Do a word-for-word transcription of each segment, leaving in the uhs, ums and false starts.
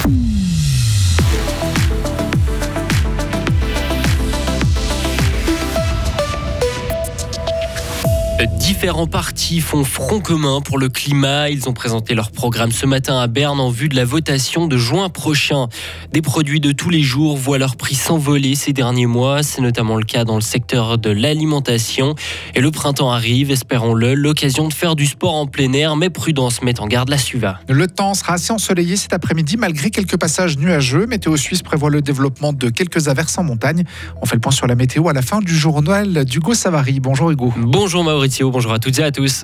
Différents partis font front commun pour le climat. Ils ont présenté leur programme ce matin à Berne en vue de la votation de juin prochain. Des produits de tous les jours voient leur prix s'envoler ces derniers mois. C'est notamment le cas dans le secteur de l'alimentation. Et le printemps arrive, espérons-le, l'occasion de faire du sport en plein air. Mais prudence, met en garde la Suva. Le temps sera assez ensoleillé cet après-midi malgré quelques passages nuageux. Météo Suisse prévoit le développement de quelques averses en montagne. On fait le point sur la météo à la fin du journal d'Hugo Savary. Bonjour Hugo. Bonjour Maurizio, bonjour à toutes et à tous.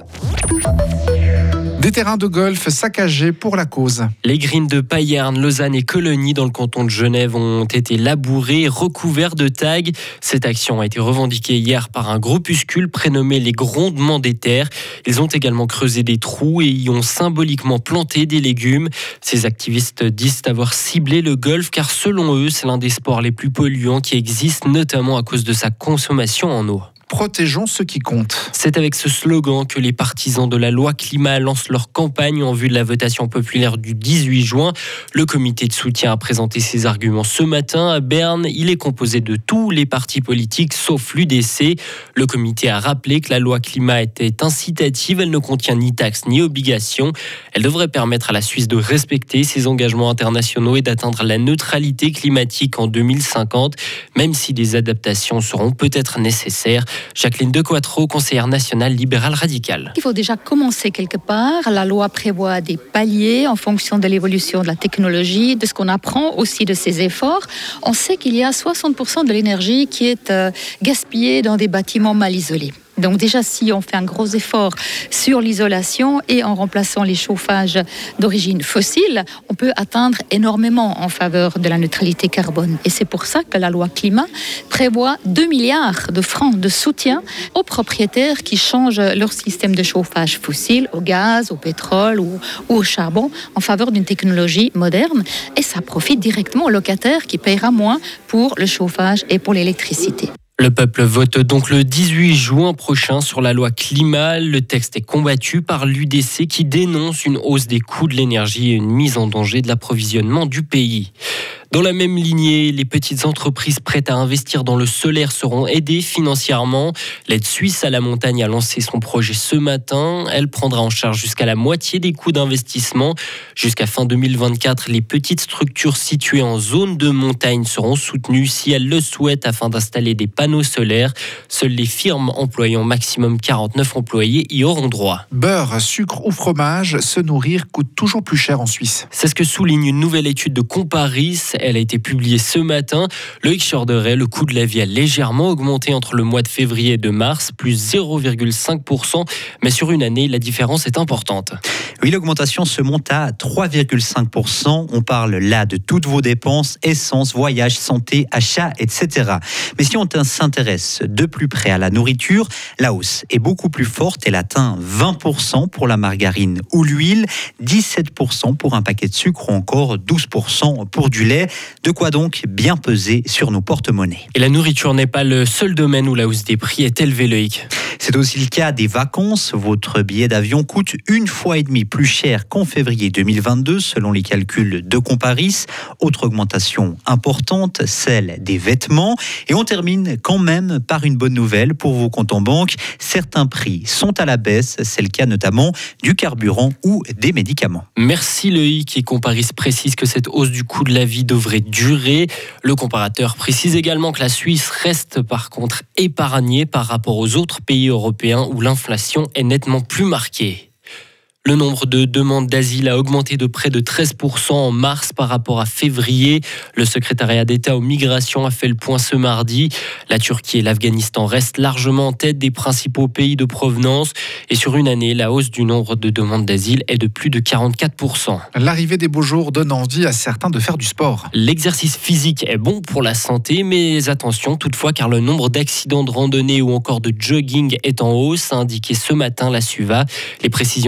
Des terrains de golf saccagés pour la cause. Les greens de Payerne, Lausanne et Colonie dans le canton de Genève ont été labourés, recouverts de tags. Cette action a été revendiquée hier par un groupuscule prénommé les Grondements des Terres. Ils ont également creusé des trous et y ont symboliquement planté des légumes. Ces activistes disent avoir ciblé le golf car selon eux, c'est l'un des sports les plus polluants qui existent, notamment à cause de sa consommation en eau. Protégeons ce qui compte. C'est avec ce slogan que les partisans de la loi climat lancent leur campagne en vue de la votation populaire du dix-huit juin. Le comité de soutien a présenté ses arguments ce matin à Berne. Il est composé de tous les partis politiques sauf l'U D C. Le comité a rappelé que la loi climat était incitative. Elle ne contient ni taxes ni obligations. Elle devrait permettre à la Suisse de respecter ses engagements internationaux et d'atteindre la neutralité climatique en deux mille cinquante, même si des adaptations seront peut-être nécessaires. Jacqueline Dequatro, conseillère nationale libérale radicale. Il faut déjà commencer quelque part. La loi prévoit des paliers en fonction de l'évolution de la technologie, de ce qu'on apprend aussi de ces efforts. On sait qu'il y a soixante pour cent de l'énergie qui est euh, gaspillée dans des bâtiments mal isolés. Donc déjà, si on fait un gros effort sur l'isolation et en remplaçant les chauffages d'origine fossile, on peut atteindre énormément en faveur de la neutralité carbone. Et c'est pour ça que la loi climat prévoit deux milliards de francs de soutien aux propriétaires qui changent leur système de chauffage fossile au gaz, au pétrole ou, ou au charbon en faveur d'une technologie moderne. Et ça profite directement aux locataires qui paiera moins pour le chauffage et pour l'électricité. Le peuple vote donc le dix-huit juin prochain sur la loi climat. Le texte est combattu par l'U D C qui dénonce une hausse des coûts de l'énergie et une mise en danger de l'approvisionnement du pays. Dans la même lignée, les petites entreprises prêtes à investir dans le solaire seront aidées financièrement. L'aide suisse à la montagne a lancé son projet ce matin. Elle prendra en charge jusqu'à la moitié des coûts d'investissement. Jusqu'à fin deux mille vingt-quatre, les petites structures situées en zone de montagne seront soutenues si elles le souhaitent afin d'installer des panneaux solaires. Seules les firmes employant maximum quarante-neuf employés y auront droit. Beurre, sucre ou fromage, se nourrir coûte toujours plus cher en Suisse. C'est ce que souligne une nouvelle étude de Comparis. Elle a été publiée ce matin. Loïc Chorderet, le coût de la vie a légèrement augmenté entre le mois de février et de mars, plus zéro virgule cinq pour cent. Mais sur une année, la différence est importante. Oui, l'augmentation se monte à trois virgule cinq pour cent. On parle là de toutes vos dépenses, essence, voyage, santé, achat, et cetera. Mais si on s'intéresse de plus près à la nourriture, la hausse est beaucoup plus forte. Elle atteint vingt pour cent pour la margarine ou l'huile, dix-sept pour cent pour un paquet de sucre ou encore douze pour cent pour du lait. De quoi donc bien peser sur nos porte-monnaies. Et la nourriture n'est pas le seul domaine où la hausse des prix est élevée, Loïc. C'est aussi le cas des vacances. Votre billet d'avion coûte une fois et demie plus cher qu'en février deux mille vingt-deux, selon les calculs de Comparis. Autre augmentation importante, celle des vêtements. Et on termine quand même par une bonne nouvelle pour vos comptes en banque. Certains prix sont à la baisse. C'est le cas notamment du carburant ou des médicaments. Merci Loïc. Et Comparis précise que cette hausse du coût de la vie devrait durer. Le comparateur précise également que la Suisse reste par contre épargnée par rapport aux autres pays européens où l'inflation est nettement plus marquée. Le nombre de demandes d'asile a augmenté de près de treize pour cent en mars par rapport à février. Le secrétariat d'État aux migrations a fait le point ce mardi. La Turquie et l'Afghanistan restent largement en tête des principaux pays de provenance. Et sur une année, la hausse du nombre de demandes d'asile est de plus de quarante-quatre pour cent. L'arrivée des beaux jours donne envie à certains de faire du sport. L'exercice physique est bon pour la santé, mais attention toutefois car le nombre d'accidents de randonnée ou encore de jogging est en hausse, a indiqué ce matin la Suva. Les précisions de Valentin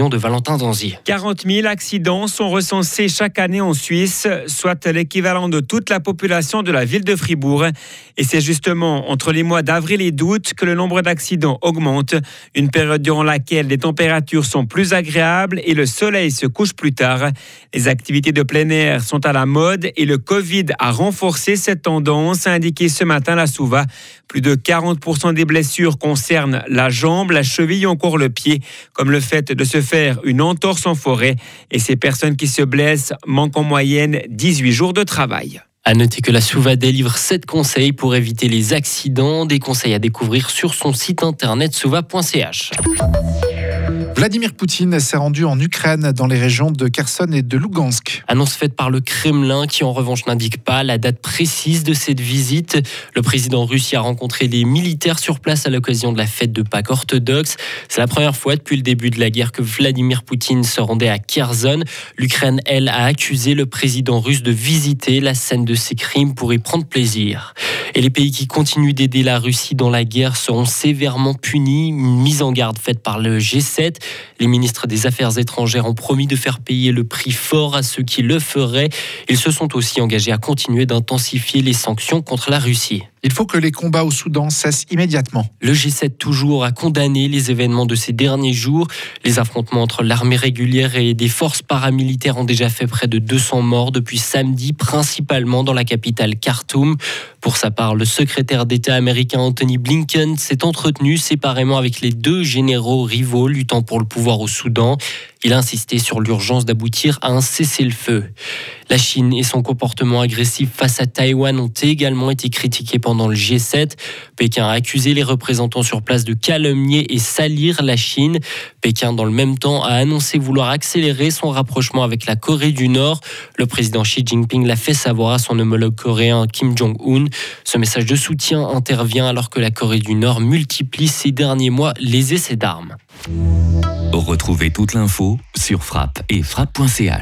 Quentin Danzy. quarante mille accidents sont recensés chaque année en Suisse, soit l'équivalent de toute la population de la ville de Fribourg. Et c'est justement entre les mois d'avril et d'août que le nombre d'accidents augmente, une période durant laquelle les températures sont plus agréables et le soleil se couche plus tard. Les activités de plein air sont à la mode et le Covid a renforcé cette tendance, a indiqué ce matin la Souva. Plus de quarante pour cent des blessures concernent la jambe, la cheville ou encore le pied, comme le fait de se faire une entorse en forêt. Et ces personnes qui se blessent manquent en moyenne dix-huit jours de travail. À noter que la Souva délivre sept conseils pour éviter les accidents, des conseils à découvrir sur son site internet souva point c h. Vladimir Poutine s'est rendu en Ukraine dans les régions de Kherson et de Lougansk. Annonce faite par le Kremlin qui en revanche n'indique pas la date précise de cette visite. Le président russe y a rencontré des militaires sur place à l'occasion de la fête de Pâques orthodoxe. C'est la première fois depuis le début de la guerre que Vladimir Poutine se rendait à Kherson. L'Ukraine, elle, a accusé le président russe de visiter la scène de ses crimes pour y prendre plaisir. Et les pays qui continuent d'aider la Russie dans la guerre seront sévèrement punis. Une mise en garde faite par le G sept. Les ministres des Affaires étrangères ont promis de faire payer le prix fort à ceux qui le feraient. Ils se sont aussi engagés à continuer d'intensifier les sanctions contre la Russie. Il faut que les combats au Soudan cessent immédiatement. Le G sept toujours a condamné les événements de ces derniers jours. Les affrontements entre l'armée régulière et des forces paramilitaires ont déjà fait près de deux cents morts depuis samedi, principalement dans la capitale Khartoum. Pour sa part, le secrétaire d'État américain Anthony Blinken s'est entretenu séparément avec les deux généraux rivaux luttant pour le pouvoir au Soudan. Il a insisté sur l'urgence d'aboutir à un cessez-le-feu. La Chine et son comportement agressif face à Taïwan ont également été critiqués pendant le G sept. Pékin a accusé les représentants sur place de calomnier et salir la Chine. Pékin, dans le même temps, a annoncé vouloir accélérer son rapprochement avec la Corée du Nord. Le président Xi Jinping l'a fait savoir à son homologue coréen Kim Jong-un. Ce message de soutien intervient alors que la Corée du Nord multiplie ces derniers mois les essais d'armes. Retrouvez toute l'info sur frappe et frappe point c h.